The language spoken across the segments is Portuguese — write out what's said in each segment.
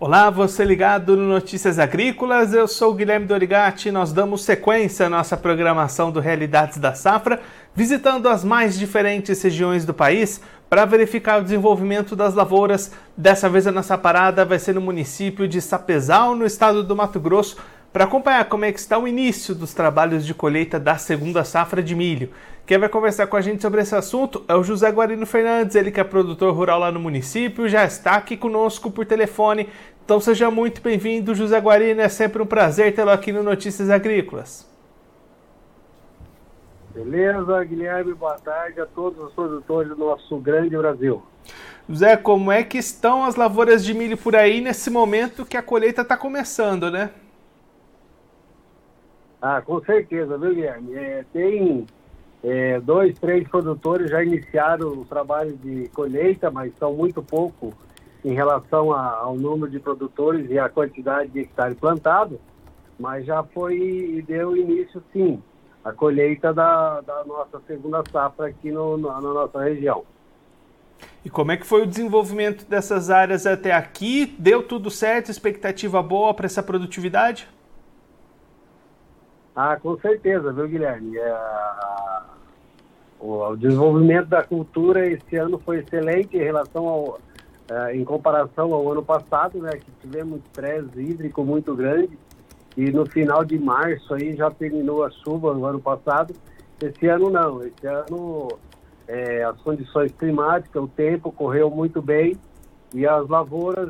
Olá, você ligado no Notícias Agrícolas, eu sou o Guilherme Dorigatti. Nós damos sequência à nossa programação do Realidades da Safra, visitando as mais diferentes regiões do país para verificar o desenvolvimento das lavouras. Dessa vez a nossa parada vai ser no município de Sapezal, no estado do Mato Grosso, para acompanhar como é que está o início dos trabalhos de colheita da segunda safra de milho. Quem vai conversar com a gente sobre esse assunto é o José Guarino Fernandes, ele que é produtor rural lá no município, já está aqui conosco por telefone. Então seja muito bem-vindo, José Guarino, é sempre um prazer tê-lo aqui no Notícias Agrícolas. Beleza, Guilherme, boa tarde a todos os produtores do nosso grande Brasil. José, como é que estão as lavouras de milho por aí nesse momento que a colheita está começando, né? Com certeza, viu, Guilherme? Tem 2, 3 produtores já iniciaram o trabalho de colheita, mas são muito pouco em relação ao número de produtores e a quantidade de hectare plantado, mas já foi e deu início, sim, a colheita da nossa segunda safra aqui na nossa região. E como é que foi o desenvolvimento dessas áreas até aqui? Deu tudo certo? Expectativa boa para essa produtividade? Com certeza, viu, Guilherme? O desenvolvimento da cultura esse ano foi excelente em relação em comparação ao ano passado, né, que tivemos estresse hídrico muito grande e no final de março aí já terminou a chuva no ano passado. Esse ano não, esse ano as condições climáticas, o tempo correu muito bem e as lavouras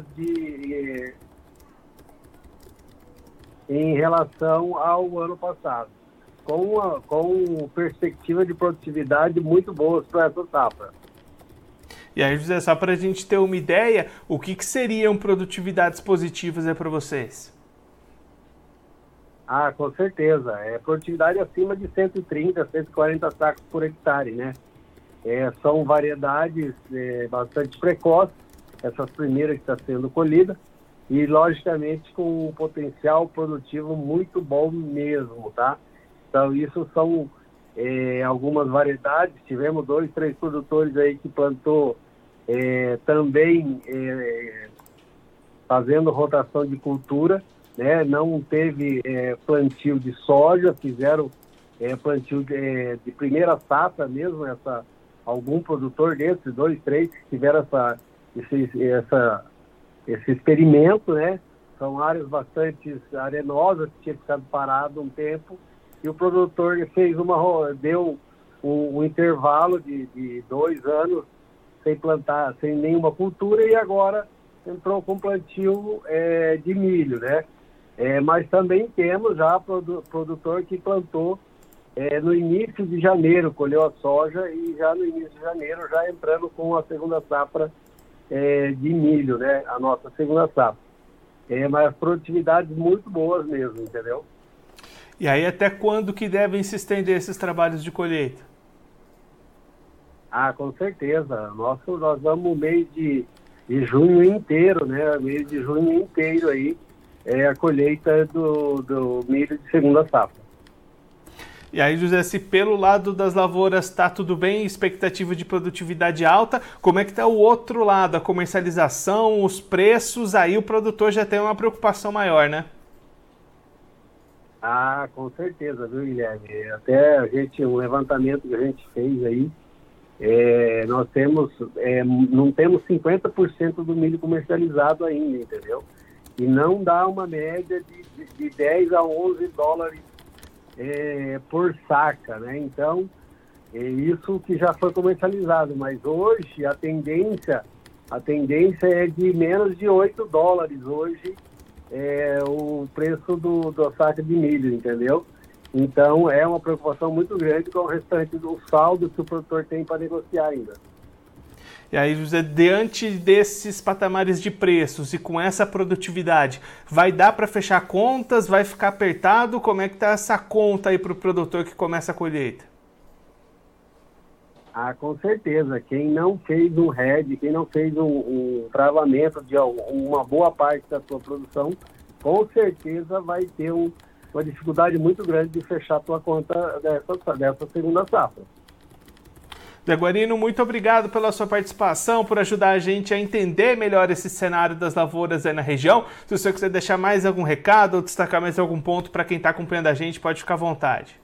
em relação ao ano passado, com perspectiva de produtividade muito boas para essa safra. E aí, José, só para a gente ter uma ideia, o que seriam produtividades positivas para vocês? Com certeza. Produtividade acima de 130, 140 sacos por hectare, né? São variedades bastante precoces, essas primeiras que estão sendo colhidas, e logicamente com um potencial produtivo muito bom mesmo, tá? Então isso são algumas variedades. Tivemos 2, 3 produtores aí que plantou também fazendo rotação de cultura, né? Não teve plantio de soja, fizeram plantio de primeira safra mesmo, algum produtor desses, 2, 3 que tiveram esse experimento, né? São áreas bastante arenosas que tinha ficado parado um tempo e o produtor deu um intervalo de 2 anos sem plantar, sem nenhuma cultura e agora entrou com plantio de milho, né? Mas também temos já produtor que plantou no início de janeiro, colheu a soja e já no início de janeiro já entrando com a segunda safra de milho, né? A nossa segunda safra. Mas produtividades muito boas mesmo, entendeu? E aí até quando que devem se estender esses trabalhos de colheita? Com certeza. Nós vamos o mês de junho inteiro, né? Mês de junho inteiro aí a colheita do milho de segunda safra. E aí, José, se pelo lado das lavouras está tudo bem, expectativa de produtividade alta, como é que está o outro lado, a comercialização, os preços? Aí o produtor já tem uma preocupação maior, né? Com certeza, viu, Guilherme? Até um levantamento que a gente fez aí, nós não temos 50% do milho comercializado ainda, entendeu? E não dá uma média de 10 a 11 dólares por saca, né? Então, isso que já foi comercializado, mas hoje a tendência é de menos de 8 dólares hoje o preço da saca de milho, entendeu? Então, é uma preocupação muito grande com o restante do saldo que o produtor tem para negociar ainda. E aí, José, diante desses patamares de preços e com essa produtividade, vai dar para fechar contas? Vai ficar apertado? Como é que está essa conta aí para o produtor que começa a colheita? Com certeza. Quem não fez um hedge, quem não fez um travamento de uma boa parte da sua produção, com certeza vai ter uma dificuldade muito grande de fechar a sua conta dessa segunda safra. Zé Guarino, muito obrigado pela sua participação, por ajudar a gente a entender melhor esse cenário das lavouras aí na região. Se o senhor quiser deixar mais algum recado ou destacar mais algum ponto para quem está acompanhando a gente, pode ficar à vontade.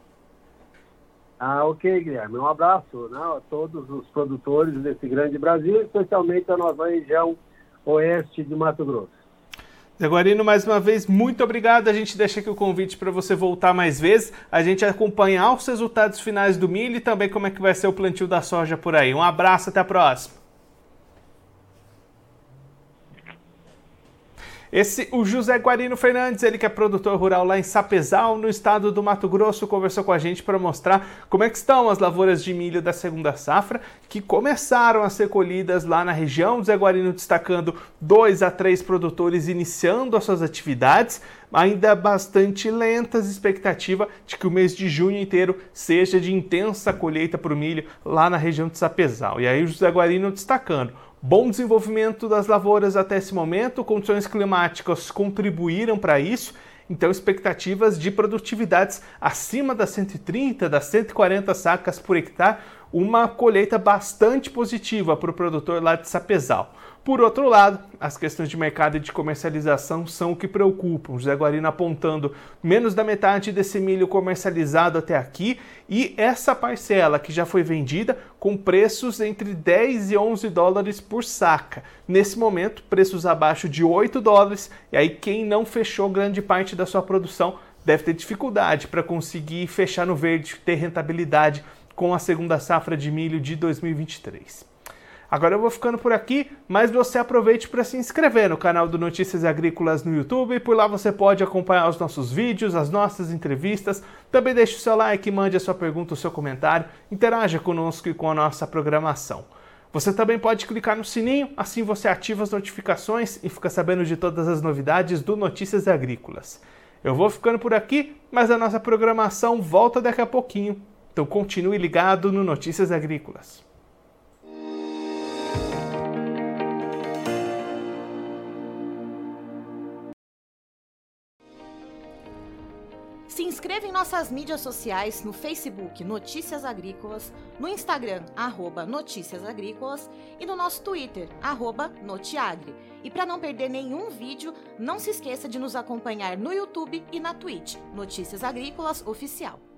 Ok, Guilherme. Um abraço, né, a todos os produtores desse grande Brasil, especialmente a nossa região oeste de Mato Grosso. Zé Guarino, mais uma vez, muito obrigado. A gente deixa aqui o convite para você voltar mais vezes, a gente acompanhar os resultados finais do milho e também como é que vai ser o plantio da soja por aí. Um abraço, até a próxima. O José Guarino Fernandes, ele que é produtor rural lá em Sapezal, no estado do Mato Grosso, conversou com a gente para mostrar como é que estão as lavouras de milho da segunda safra, que começaram a ser colhidas lá na região. O José Guarino destacando 2 a 3 produtores iniciando as suas atividades, ainda bastante lentas, expectativa de que o mês de junho inteiro seja de intensa colheita para o milho lá na região de Sapezal. E aí o José Guarino destacando: bom desenvolvimento das lavouras até esse momento, condições climáticas contribuíram para isso, então expectativas de produtividades acima das 130, das 140 sacas por hectare, uma colheita bastante positiva para o produtor lá de Sapezal. Por outro lado, as questões de mercado e de comercialização são o que preocupam. O José Guarino apontando menos da metade desse milho comercializado até aqui e essa parcela que já foi vendida com preços entre 10 e 11 dólares por saca. Nesse momento, preços abaixo de 8 dólares e aí quem não fechou grande parte da sua produção deve ter dificuldade para conseguir fechar no verde, ter rentabilidade com a segunda safra de milho de 2023. Agora eu vou ficando por aqui, mas você aproveite para se inscrever no canal do Notícias Agrícolas no YouTube. Por lá você pode acompanhar os nossos vídeos, as nossas entrevistas. Também deixe o seu like, mande a sua pergunta, o seu comentário, interaja conosco e com a nossa programação. Você também pode clicar no sininho, assim você ativa as notificações e fica sabendo de todas as novidades do Notícias Agrícolas. Eu vou ficando por aqui, mas a nossa programação volta daqui a pouquinho. Então continue ligado no Notícias Agrícolas. Se inscreva em nossas mídias sociais no Facebook Notícias Agrícolas, no Instagram @Notícias Agrícolas e no nosso Twitter @Notiagre. E para não perder nenhum vídeo, não se esqueça de nos acompanhar no YouTube e na Twitch Notícias Agrícolas Oficial.